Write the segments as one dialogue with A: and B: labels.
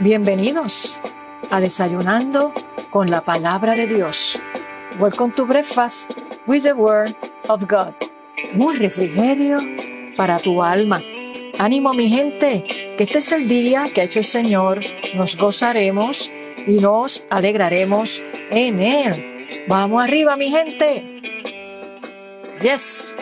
A: Bienvenidos a Desayunando con la Palabra de Dios. Welcome to breakfast with the Word of God. Un refrigerio para tu alma. Ánimo, mi gente, que este es el día que ha hecho el Señor. Nos gozaremos y nos alegraremos en Él. Vamos arriba, mi gente. Yes.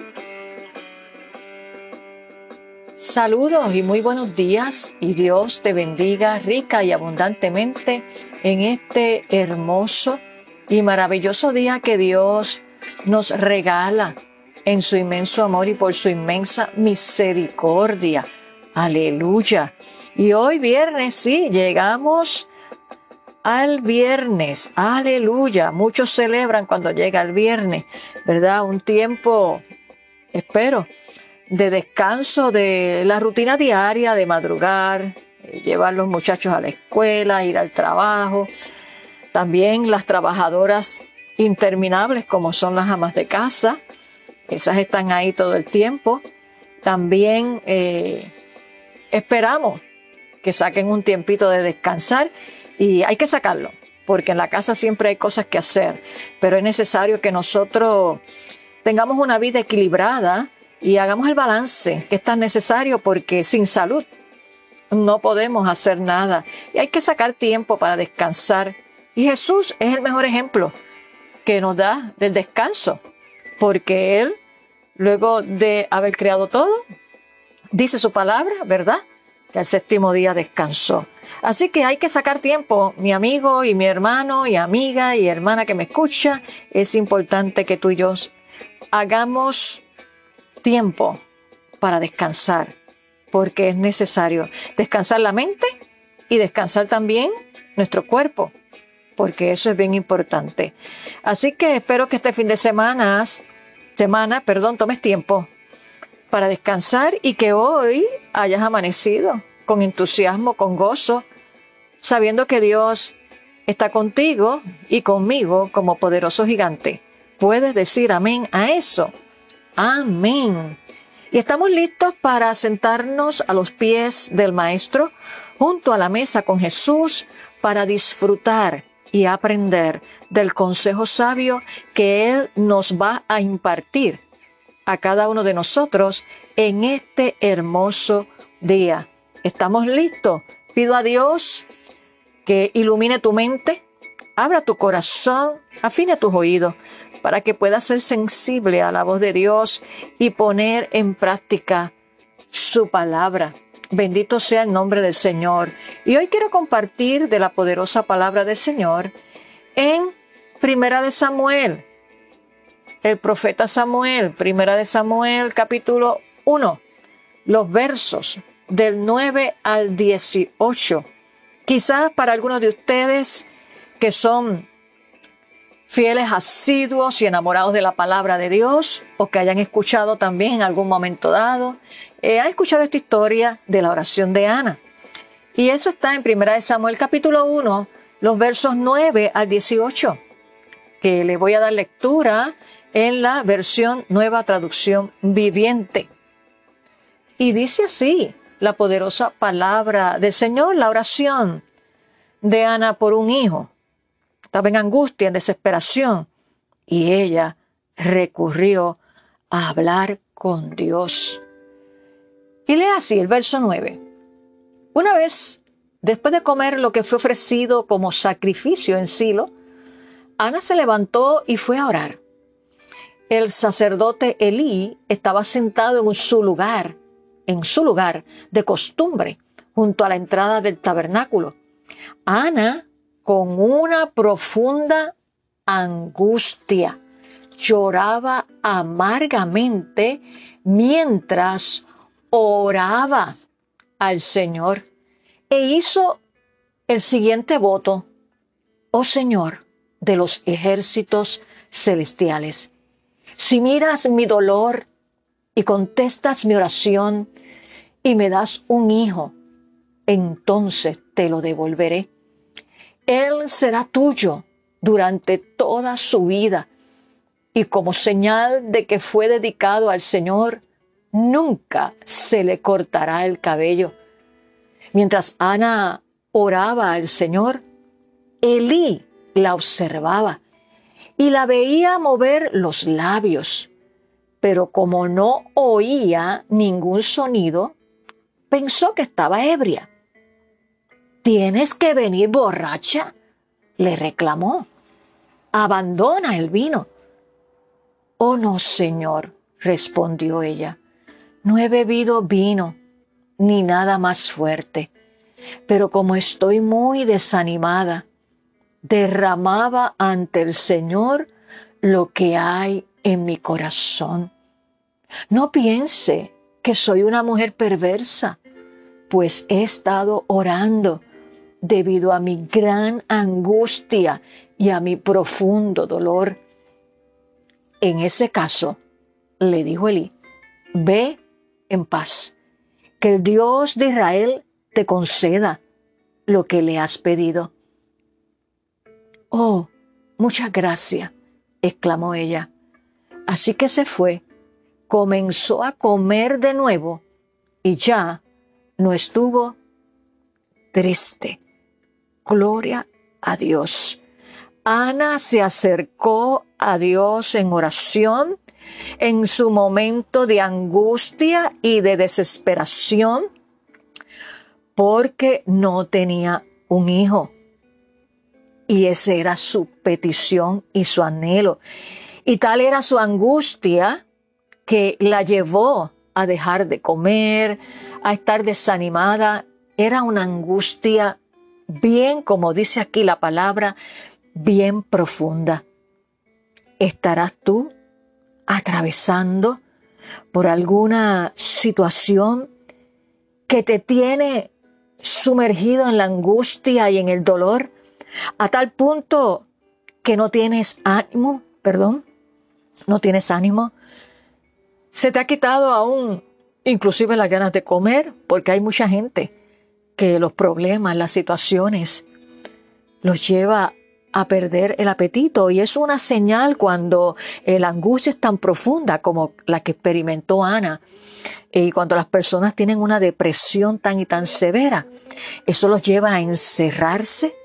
A: Saludos y muy buenos días, y Dios te bendiga rica y abundantemente en este hermoso y maravilloso día que Dios nos regala en su inmenso amor y por su inmensa misericordia. Aleluya. Y hoy viernes, sí, llegamos al viernes. Aleluya. Muchos celebran cuando llega el viernes, ¿verdad? Un tiempo, espero, de descanso de la rutina diaria, de madrugar, llevar los muchachos a la escuela, ir al trabajo. También las trabajadoras interminables como son las amas de casa, esas están ahí todo el tiempo. También esperamos que saquen un tiempito de descansar, y hay que sacarlo, porque en la casa siempre hay cosas que hacer, pero es necesario que nosotros tengamos una vida equilibrada y hagamos el balance que es tan necesario, porque sin salud no podemos hacer nada. Y hay que sacar tiempo para descansar. Y Jesús es el mejor ejemplo que nos da del descanso, porque Él, luego de haber creado todo, dice su palabra, ¿verdad?, que al séptimo día descansó. Así que hay que sacar tiempo, mi amigo y mi hermano y amiga y hermana que me escucha. Es importante que tú y yo hagamos tiempo para descansar, porque es necesario descansar la mente y descansar también nuestro cuerpo, porque eso es bien importante. Así que espero que este fin de semana, tomes tiempo para descansar, y que hoy hayas amanecido con entusiasmo, con gozo, sabiendo que Dios está contigo y conmigo como poderoso gigante. ¿Puedes decir amén a eso? Amén. Y estamos listos para sentarnos a los pies del Maestro, junto a la mesa con Jesús, para disfrutar y aprender del consejo sabio que Él nos va a impartir a cada uno de nosotros en este hermoso día. ¿Estamos listos? Pido a Dios que ilumine tu mente, abra tu corazón, afine tus oídos, para que puedas ser sensible a la voz de Dios y poner en práctica su palabra. Bendito sea el nombre del Señor. Y hoy quiero compartir de la poderosa palabra del Señor en Primera de Samuel. El profeta Samuel, Primera de Samuel, capítulo 1, los versos del 9 al 18. Quizás para algunos de ustedes que son fieles, asiduos y enamorados de la palabra de Dios, o que hayan escuchado también en algún momento dado, han escuchado esta historia de la oración de Ana. Y eso está en Primera de Samuel, capítulo 1, los versos 9 al 18, que le voy a dar lectura en la versión Nueva Traducción Viviente. Y dice así la poderosa palabra del Señor, la oración de Ana por un hijo. Estaba en angustia, en desesperación, y ella recurrió a hablar con Dios. Y lee así el verso 9. Una vez, después de comer lo que fue ofrecido como sacrificio en Silo, Ana se levantó y fue a orar. El sacerdote Elí estaba sentado en su lugar de costumbre, junto a la entrada del tabernáculo. Ana, con una profunda angustia, lloraba amargamente mientras oraba al Señor, e hizo el siguiente voto: Oh Señor de los ejércitos celestiales, si miras mi dolor y contestas mi oración y me das un hijo, entonces te lo devolveré. Él será tuyo durante toda su vida, y como señal de que fue dedicado al Señor, nunca se le cortará el cabello. Mientras Ana oraba al Señor, Elí la observaba y la veía mover los labios, pero como no oía ningún sonido, pensó que estaba ebria. «¿Tienes que venir borracha?», le reclamó. «Abandona el vino». «Oh no, Señor», respondió ella, «no he bebido vino ni nada más fuerte, pero como estoy muy desanimada, derramaba ante el Señor lo que hay en mi corazón. No piense que soy una mujer perversa, pues he estado orando debido a mi gran angustia y a mi profundo dolor». En ese caso, le dijo Elí, «Ve en paz, que el Dios de Israel te conceda lo que le has pedido». «Oh, muchas gracias», exclamó ella. Así que se fue, comenzó a comer de nuevo y ya no estuvo triste. Gloria a Dios. Ana se acercó a Dios en oración en su momento de angustia y de desesperación porque no tenía un hijo. Y esa era su petición y su anhelo. Y tal era su angustia que la llevó a dejar de comer, a estar desanimada. Era una angustia bien, como dice aquí la palabra, bien profunda. ¿Estarás tú atravesando por alguna situación que te tiene sumergido en la angustia y en el dolor a tal punto que no tienes ánimo? No tienes ánimo. Se te ha quitado aún inclusive las ganas de comer, porque hay mucha gente que los problemas, las situaciones los lleva a perder el apetito, y es una señal cuando la angustia es tan profunda como la que experimentó Ana, y cuando las personas tienen una depresión tan y tan severa, eso los lleva a encerrarse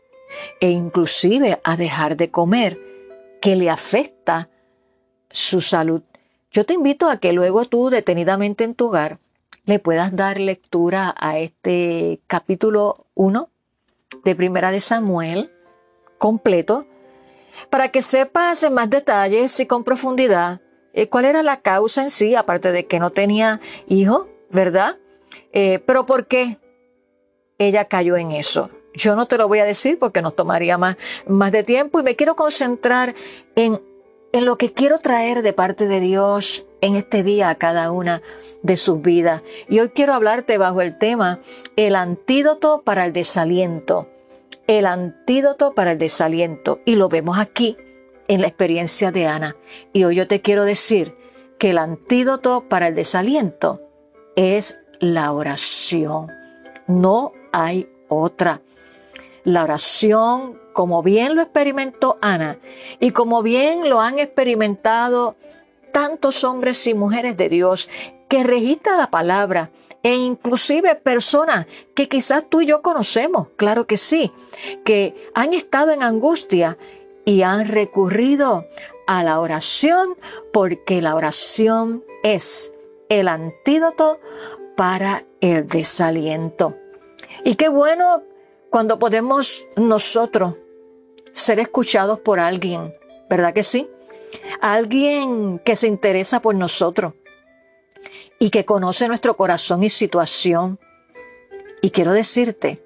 A: e inclusive a dejar de comer, que le afecta su salud. Yo te invito a que luego tú, detenidamente en tu hogar, le puedas dar lectura a este capítulo 1 de Primera de Samuel completo, para que sepas en más detalles y con profundidad cuál era la causa en sí, aparte de que no tenía hijo, ¿verdad? Pero ¿por qué ella cayó en eso? Yo no te lo voy a decir porque nos tomaría más de tiempo, y me quiero concentrar en lo que quiero traer de parte de Dios en este día a cada una de sus vidas. Y hoy quiero hablarte bajo el tema el antídoto para el desaliento. El antídoto para el desaliento. Y lo vemos aquí en la experiencia de Ana. Y hoy yo te quiero decir que el antídoto para el desaliento es la oración. No hay otra. La oración, como bien lo experimentó Ana y como bien lo han experimentado tantos hombres y mujeres de Dios que registran la palabra, e inclusive personas que quizás tú y yo conocemos, claro que sí, que han estado en angustia y han recurrido a la oración, porque la oración es el antídoto para el desaliento. Y qué bueno cuando podemos nosotros ser escuchados por alguien, ¿verdad que sí? Alguien que se interesa por nosotros y que conoce nuestro corazón y situación. Y quiero decirte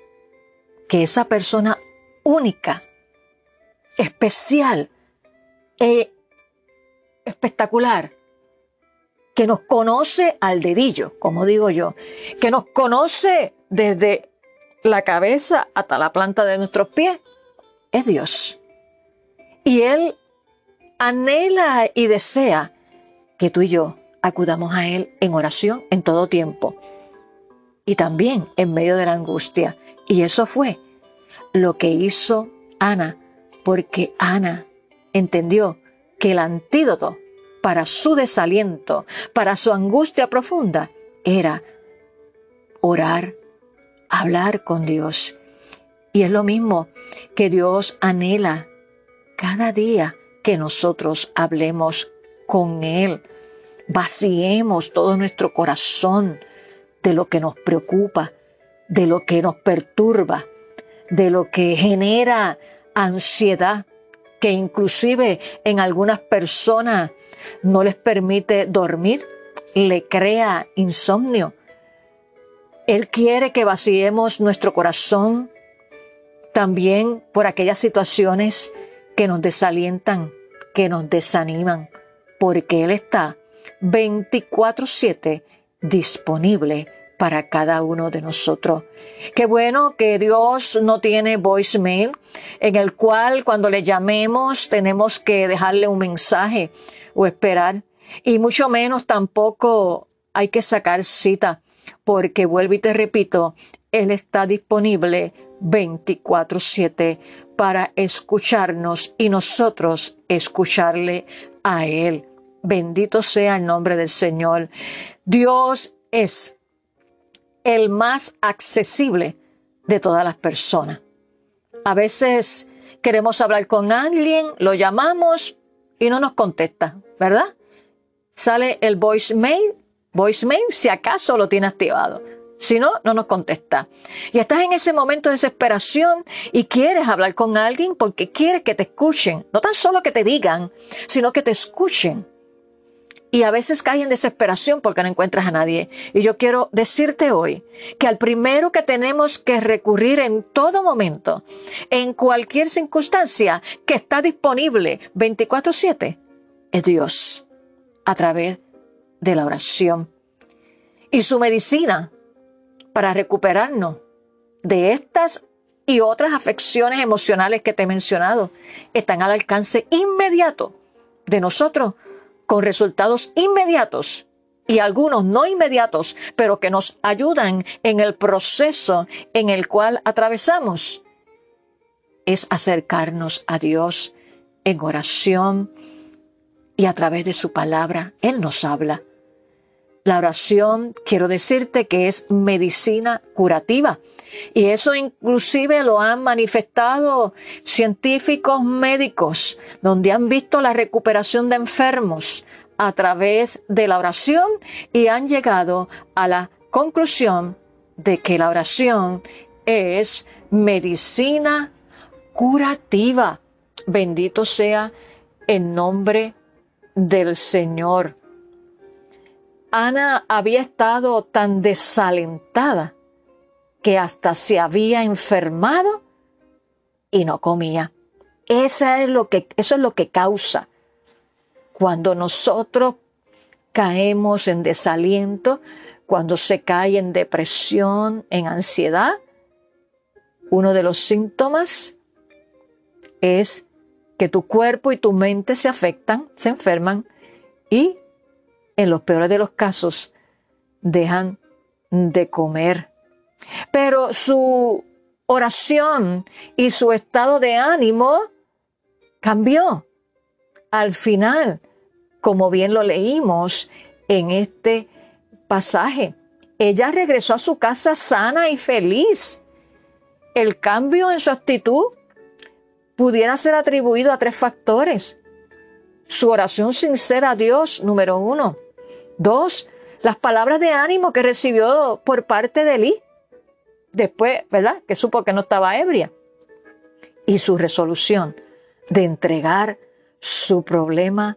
A: que esa persona única, especial e espectacular, que nos conoce al dedillo, como digo yo, que nos conoce desde la cabeza hasta la planta de nuestros pies, es Dios. Y Él anhela y desea que tú y yo acudamos a Él en oración en todo tiempo y también en medio de la angustia. Y eso fue lo que hizo Ana, porque Ana entendió que el antídoto para su desaliento, para su angustia profunda, era orar hablar con Dios. Y es lo mismo que Dios anhela cada día que nosotros hablemos con Él. Vaciemos todo nuestro corazón de lo que nos preocupa, de lo que nos perturba, de lo que genera ansiedad, que inclusive en algunas personas no les permite dormir, le crea insomnio. Él quiere que vaciemos nuestro corazón también por aquellas situaciones que nos desalientan, que nos desaniman, porque Él está 24/7 disponible para cada uno de nosotros. Qué bueno que Dios no tiene voicemail en el cual cuando le llamemos tenemos que dejarle un mensaje o esperar. Y mucho menos tampoco hay que sacar cita, porque vuelvo y te repito, Él está disponible 24/7 para escucharnos y nosotros escucharle a Él. Bendito sea el nombre del Señor. Dios es el más accesible de todas las personas. A veces queremos hablar con alguien, lo llamamos y no nos contesta, ¿verdad? Sale el voicemail si acaso lo tiene activado. Si no, no nos contesta. Y estás en ese momento de desesperación y quieres hablar con alguien porque quieres que te escuchen. No tan solo que te digan, sino que te escuchen. Y a veces caes en desesperación porque no encuentras a nadie. Y yo quiero decirte hoy que al primero que tenemos que recurrir en todo momento, en cualquier circunstancia, que está disponible 24/7, es Dios, a través de la oración. Y su medicina para recuperarnos de estas y otras afecciones emocionales que te he mencionado están al alcance inmediato de nosotros, con resultados inmediatos y algunos no inmediatos, pero que nos ayudan en el proceso en el cual atravesamos. Es acercarnos a Dios en oración y a través de su palabra. Él nos habla. La oración, quiero decirte que es medicina curativa. Y eso inclusive lo han manifestado científicos médicos, donde han visto la recuperación de enfermos a través de la oración y han llegado a la conclusión de que la oración es medicina curativa. Bendito sea el nombre del Señor. Ana había estado tan desalentada que hasta se había enfermado y no comía. Eso es lo que causa cuando nosotros caemos en desaliento, cuando se cae en depresión, en ansiedad. Uno de los síntomas es que tu cuerpo y tu mente se afectan, se enferman y en los peores de los casos dejan de comer. Pero su oración y su estado de ánimo cambió. Al final, como bien lo leímos en este pasaje, ella regresó a su casa sana y feliz. El cambio en su actitud pudiera ser atribuido a 3 factores. Su oración sincera a Dios, número 1. 2, las palabras de ánimo que recibió por parte de Elí. Después, ¿verdad?, que supo que no estaba ebria. Y su resolución de entregar su problema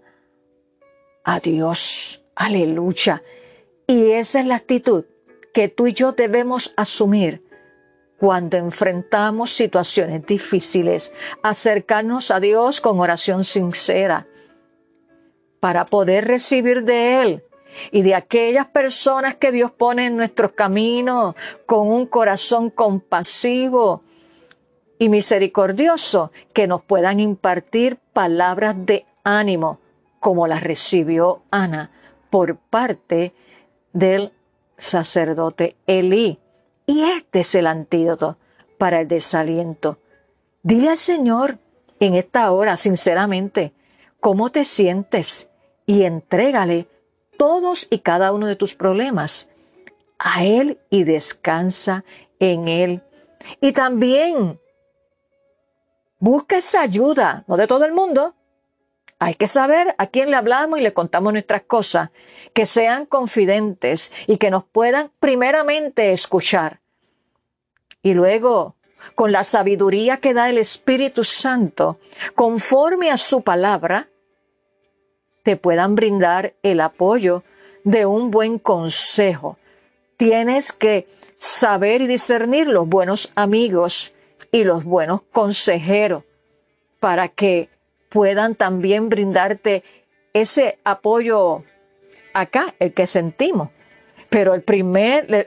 A: a Dios. Aleluya. Y esa es la actitud que tú y yo debemos asumir cuando enfrentamos situaciones difíciles. Acercarnos a Dios con oración sincera para poder recibir de Él y de aquellas personas que Dios pone en nuestros caminos con un corazón compasivo y misericordioso, que nos puedan impartir palabras de ánimo, como las recibió Ana por parte del sacerdote Elí. Y este es el antídoto para el desaliento. Dile al Señor en esta hora, sinceramente, cómo te sientes y entrégale todos y cada uno de tus problemas a Él y descansa en Él. Y también busca esa ayuda, no de todo el mundo. Hay que saber a quién le hablamos y le contamos nuestras cosas, que sean confidentes y que nos puedan primeramente escuchar. Y luego, con la sabiduría que da el Espíritu Santo, conforme a su palabra, te puedan brindar el apoyo de un buen consejo. Tienes que saber y discernir los buenos amigos y los buenos consejeros para que puedan también brindarte ese apoyo acá, el que sentimos. Pero el primer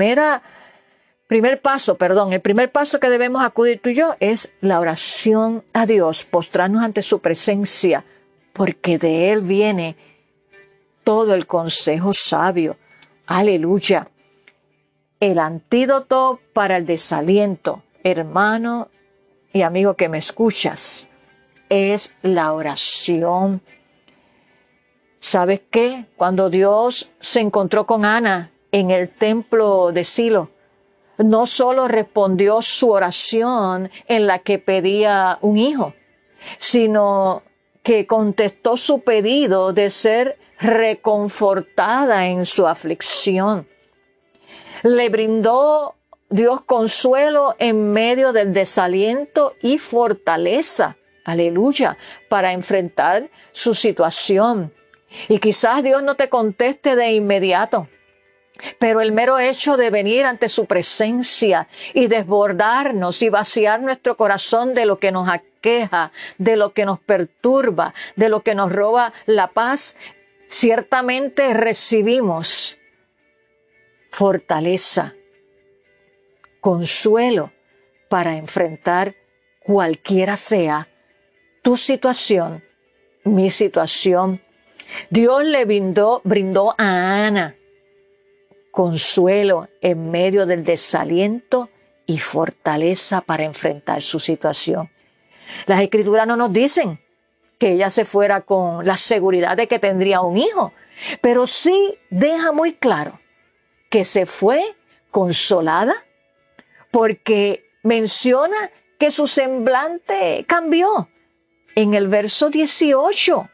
A: paso que debemos acudir tú y yo es la oración a Dios, postrarnos ante su presencia, porque de Él viene todo el consejo sabio. Aleluya. El antídoto para el desaliento, hermano y amigo que me escuchas, es la oración. ¿Sabes qué? Cuando Dios se encontró con Ana en el templo de Silo, no solo respondió su oración en la que pedía un hijo, sino que contestó su pedido de ser reconfortada en su aflicción. Le brindó Dios consuelo en medio del desaliento y fortaleza, aleluya, para enfrentar su situación. Y quizás Dios no te conteste de inmediato, pero el mero hecho de venir ante su presencia y desbordarnos y vaciar nuestro corazón de lo que nos aqueja, de lo que nos perturba, de lo que nos roba la paz, ciertamente recibimos fortaleza, consuelo para enfrentar cualquiera sea tu situación, mi situación. Dios le brindó a Ana consuelo en medio del desaliento y fortaleza para enfrentar su situación. Las Escrituras no nos dicen que ella se fuera con la seguridad de que tendría un hijo, pero sí deja muy claro que se fue consolada porque menciona que su semblante cambió en el verso 18.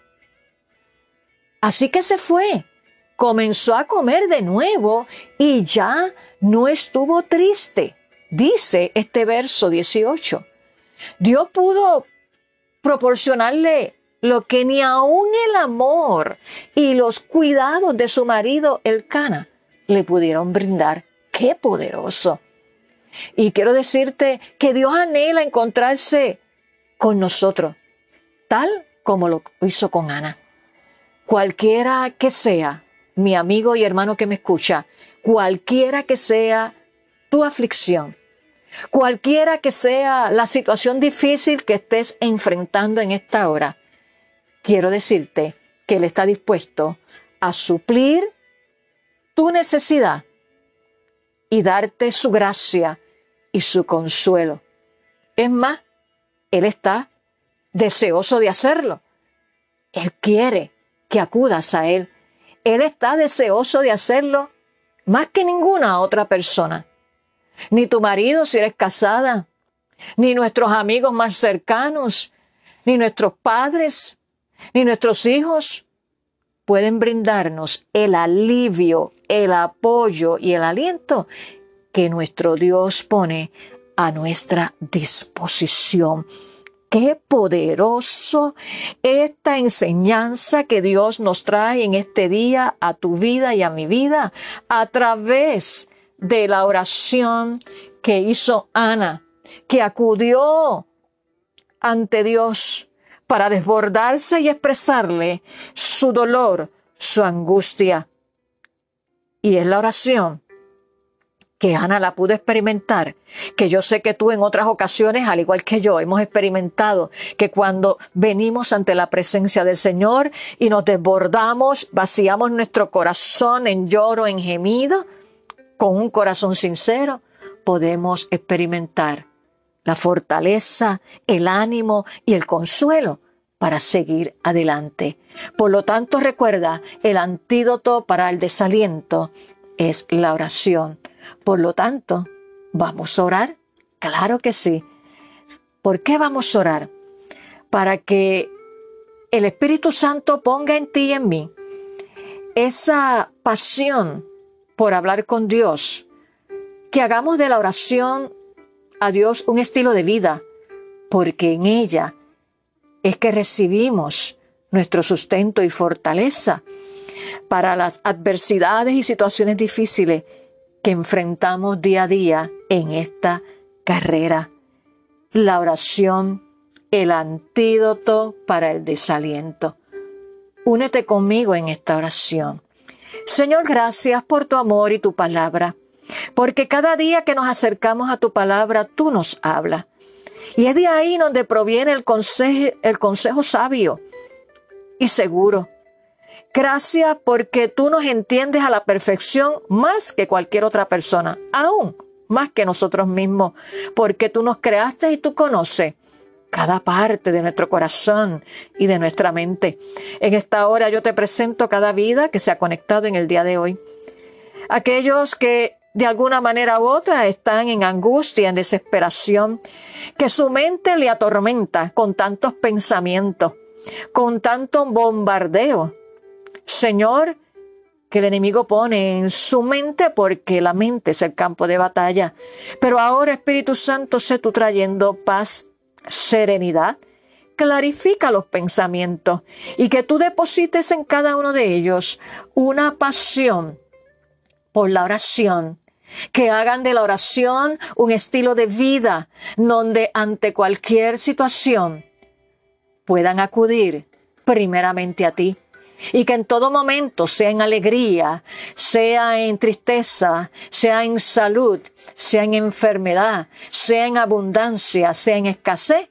A: Así que se fue, comenzó a comer de nuevo y ya no estuvo triste, dice este verso 18. Dios pudo proporcionarle lo que ni aún el amor y los cuidados de su marido Elcana le pudieron brindar. ¡Qué poderoso! Y quiero decirte que Dios anhela encontrarse con nosotros, tal como lo hizo con Ana. Cualquiera que sea, mi amigo y hermano que me escucha, cualquiera que sea tu aflicción, cualquiera que sea la situación difícil que estés enfrentando en esta hora, quiero decirte que Él está dispuesto a suplir tu necesidad y darte su gracia y su consuelo. Es más, Él está deseoso de hacerlo. Él quiere que acudas a Él. Él está deseoso de hacerlo más que ninguna otra persona. Ni tu marido si eres casada, ni nuestros amigos más cercanos, ni nuestros padres, ni nuestros hijos pueden brindarnos el alivio, el apoyo y el aliento que nuestro Dios pone a nuestra disposición. Qué poderoso esta enseñanza que Dios nos trae en este día a tu vida y a mi vida a través de la oración que hizo Ana, que acudió ante Dios para desbordarse y expresarle su dolor, su angustia. Y es la oración que Ana la pudo experimentar, que yo sé que tú en otras ocasiones, al igual que yo, hemos experimentado que cuando venimos ante la presencia del Señor y nos desbordamos, vaciamos nuestro corazón en lloro, en gemido, con un corazón sincero, podemos experimentar la fortaleza, el ánimo y el consuelo para seguir adelante. Por lo tanto, recuerda, el antídoto para el desaliento es la oración. Por lo tanto, ¿vamos a orar? Claro que sí. ¿Por qué vamos a orar? Para que el Espíritu Santo ponga en ti y en mí esa pasión por hablar con Dios, que hagamos de la oración a Dios un estilo de vida, porque en ella es que recibimos nuestro sustento y fortaleza para las adversidades y situaciones difíciles que enfrentamos día a día en esta carrera. La oración, el antídoto para el desaliento. Únete conmigo en esta oración. Señor, gracias por tu amor y tu palabra, porque cada día que nos acercamos a tu palabra, tú nos hablas. Y es de ahí donde proviene el consejo sabio y seguro. Gracias porque tú nos entiendes a la perfección más que cualquier otra persona, aún más que nosotros mismos, porque tú nos creaste y tú conoces cada parte de nuestro corazón y de nuestra mente. En esta hora yo te presento cada vida que se ha conectado en el día de hoy. Aquellos que de alguna manera u otra están en angustia, en desesperación, que su mente le atormenta con tantos pensamientos, con tanto bombardeo. Señor, que el enemigo pone en su mente, porque la mente es el campo de batalla. Pero ahora, Espíritu Santo, sé tú trayendo paz, serenidad, clarifica los pensamientos y que tú deposites en cada uno de ellos una pasión por la oración, que hagan de la oración un estilo de vida donde ante cualquier situación puedan acudir primeramente a ti. Y que en todo momento, sea en alegría, sea en tristeza, sea en salud, sea en enfermedad, sea en abundancia, sea en escasez,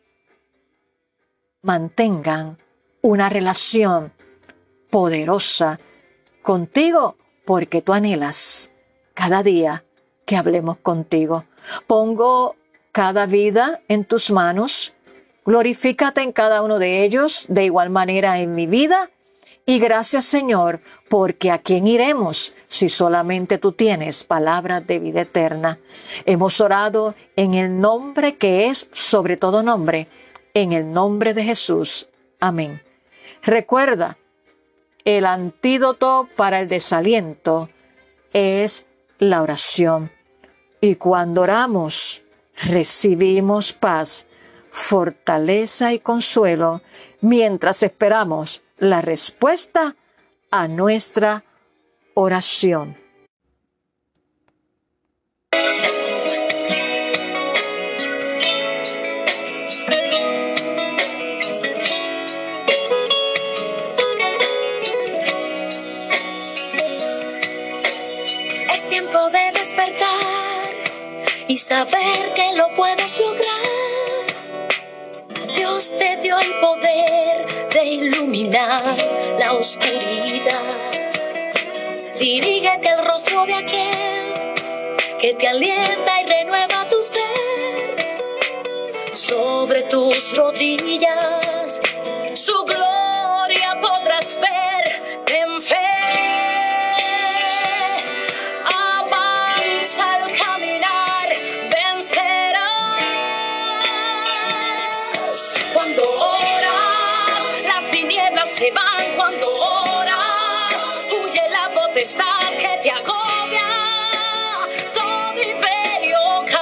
A: mantengan una relación poderosa contigo, porque tú anhelas cada día que hablemos contigo. Pongo cada vida en tus manos, glorifícate en cada uno de ellos, de igual manera en mi vida. Y gracias, Señor, porque ¿a quién iremos si solamente tú tienes palabras de vida eterna? Hemos orado en el nombre que es sobre todo nombre, en el nombre de Jesús. Amén. Recuerda, el antídoto para el desaliento es la oración. Y cuando oramos, recibimos paz, fortaleza y consuelo mientras esperamos la respuesta a nuestra oración.
B: Es tiempo de despertar y saber que lo puedes lograr. Dios te dio el poder de iluminar la oscuridad. Dirígete al rostro de aquel que te alienta y renueva tu ser. Sobre tus rodillas su gloria podrás ver. En fe avanza al caminar, vencerás. Cuando oras, las tinieblas se van. Cuando oras, huye la potestad que te agobia. Todo imperio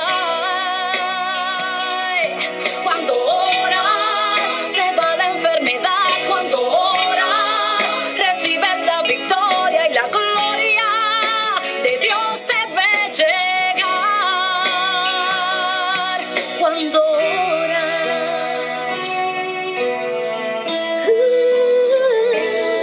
B: cae. Cuando oras, se va la enfermedad. Cuando oras, recibes la victoria y la gloria de Dios se ve llegar. Cuando oras,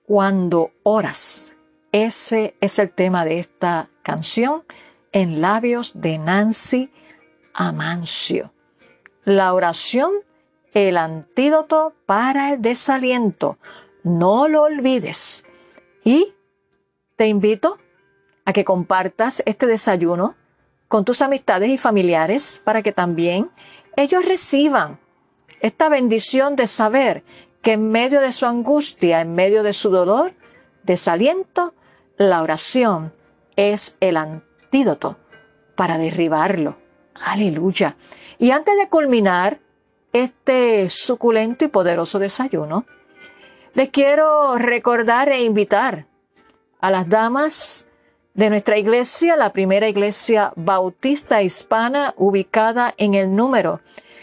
A: cuando oras. Ese es el tema de esta canción en labios de Nancy Amancio. La oración, el antídoto para el desaliento. No lo olvides. Y te invito a que compartas este desayuno con tus amistades y familiares para que también ellos reciban esta bendición de saber que en medio de su angustia, en medio de su dolor, desaliento, la oración es el antídoto para derribarlo. Aleluya. Y antes de culminar este suculento y poderoso desayuno, les quiero recordar e invitar a las damas de nuestra iglesia, la primera iglesia bautista hispana ubicada en el número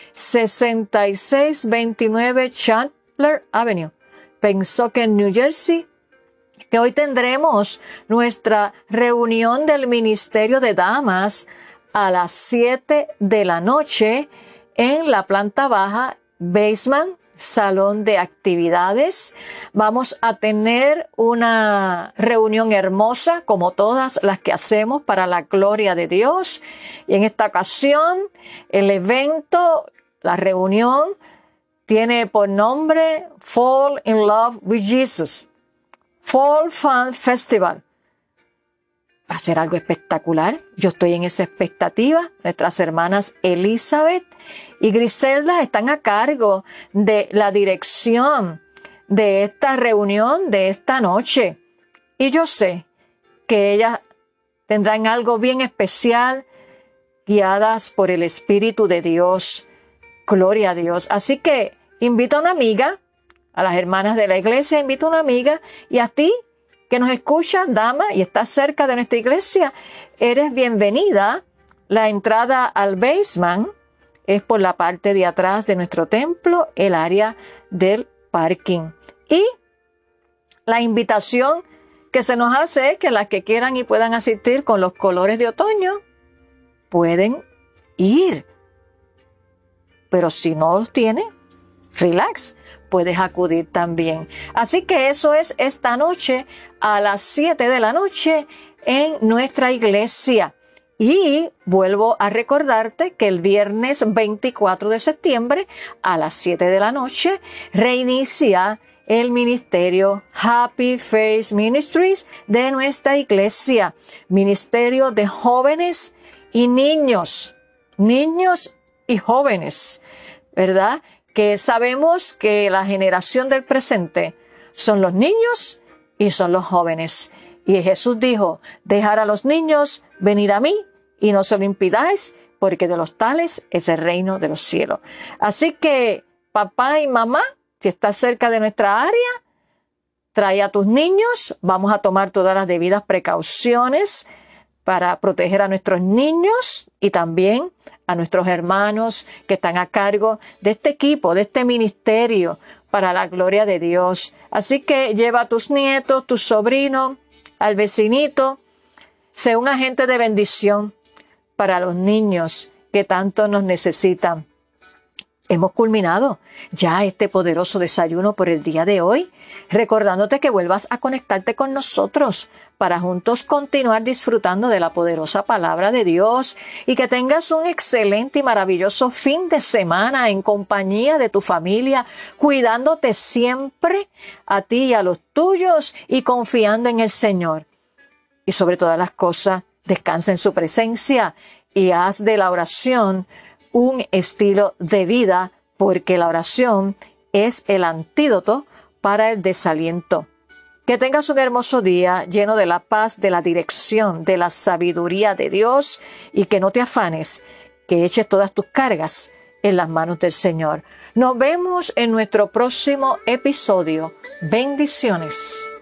A: 6629 Chandler Avenue, Pennsauken, New Jersey, que hoy tendremos nuestra reunión del Ministerio de Damas a las 7 de la noche en la planta baja, basement, salón de actividades. Vamos a tener una reunión hermosa, como todas las que hacemos para la gloria de Dios. Y en esta ocasión, el evento, la reunión, tiene por nombre Fall in Love with Jesus. Fall Fun Festival. Va a ser algo espectacular. Yo estoy en esa expectativa. Nuestras hermanas Elizabeth y Griselda están a cargo de la dirección de esta reunión de esta noche. Y yo sé que ellas tendrán algo bien especial, guiadas por el Espíritu de Dios. Gloria a Dios. Así que invita a una amiga, a las hermanas de la iglesia, invita a una amiga, y a ti que nos escuchas, dama, y estás cerca de nuestra iglesia, eres bienvenida. La entrada al basement es por la parte de atrás de nuestro templo, el área del parking. Y la invitación que se nos hace es que las que quieran y puedan asistir con los colores de otoño, pueden ir. Pero si no los tienen, relax, puedes acudir también. Así que eso es esta noche a las 7 de la noche en nuestra iglesia. Y vuelvo a recordarte que el viernes 24 de septiembre a las 7 de la noche reinicia el ministerio Happy Face Ministries de nuestra iglesia. Ministerio de jóvenes y niños y jóvenes, ¿verdad? Que sabemos que la generación del presente son los niños y son los jóvenes. Y Jesús dijo, dejad a los niños venir a mí y no se lo impidáis, porque de los tales es el reino de los cielos. Así que, papá y mamá, si estás cerca de nuestra área, trae a tus niños. Vamos a tomar todas las debidas precauciones para proteger a nuestros niños y también a nuestros hermanos que están a cargo de este equipo, de este ministerio, para la gloria de Dios. Así que lleva a tus nietos, tus sobrinos, al vecinito. Sé un agente de bendición para los niños que tanto nos necesitan. Hemos culminado ya este poderoso desayuno por el día de hoy, recordándote que vuelvas a conectarte con nosotros para juntos continuar disfrutando de la poderosa palabra de Dios, y que tengas un excelente y maravilloso fin de semana en compañía de tu familia, cuidándote siempre a ti y a los tuyos y confiando en el Señor. Y sobre todas las cosas, descansa en su presencia y haz de la oración un estilo de vida, porque la oración es el antídoto para el desaliento. Que tengas un hermoso día lleno de la paz, de la dirección, de la sabiduría de Dios, y que no te afanes, que eches todas tus cargas en las manos del Señor. Nos vemos en nuestro próximo episodio. Bendiciones.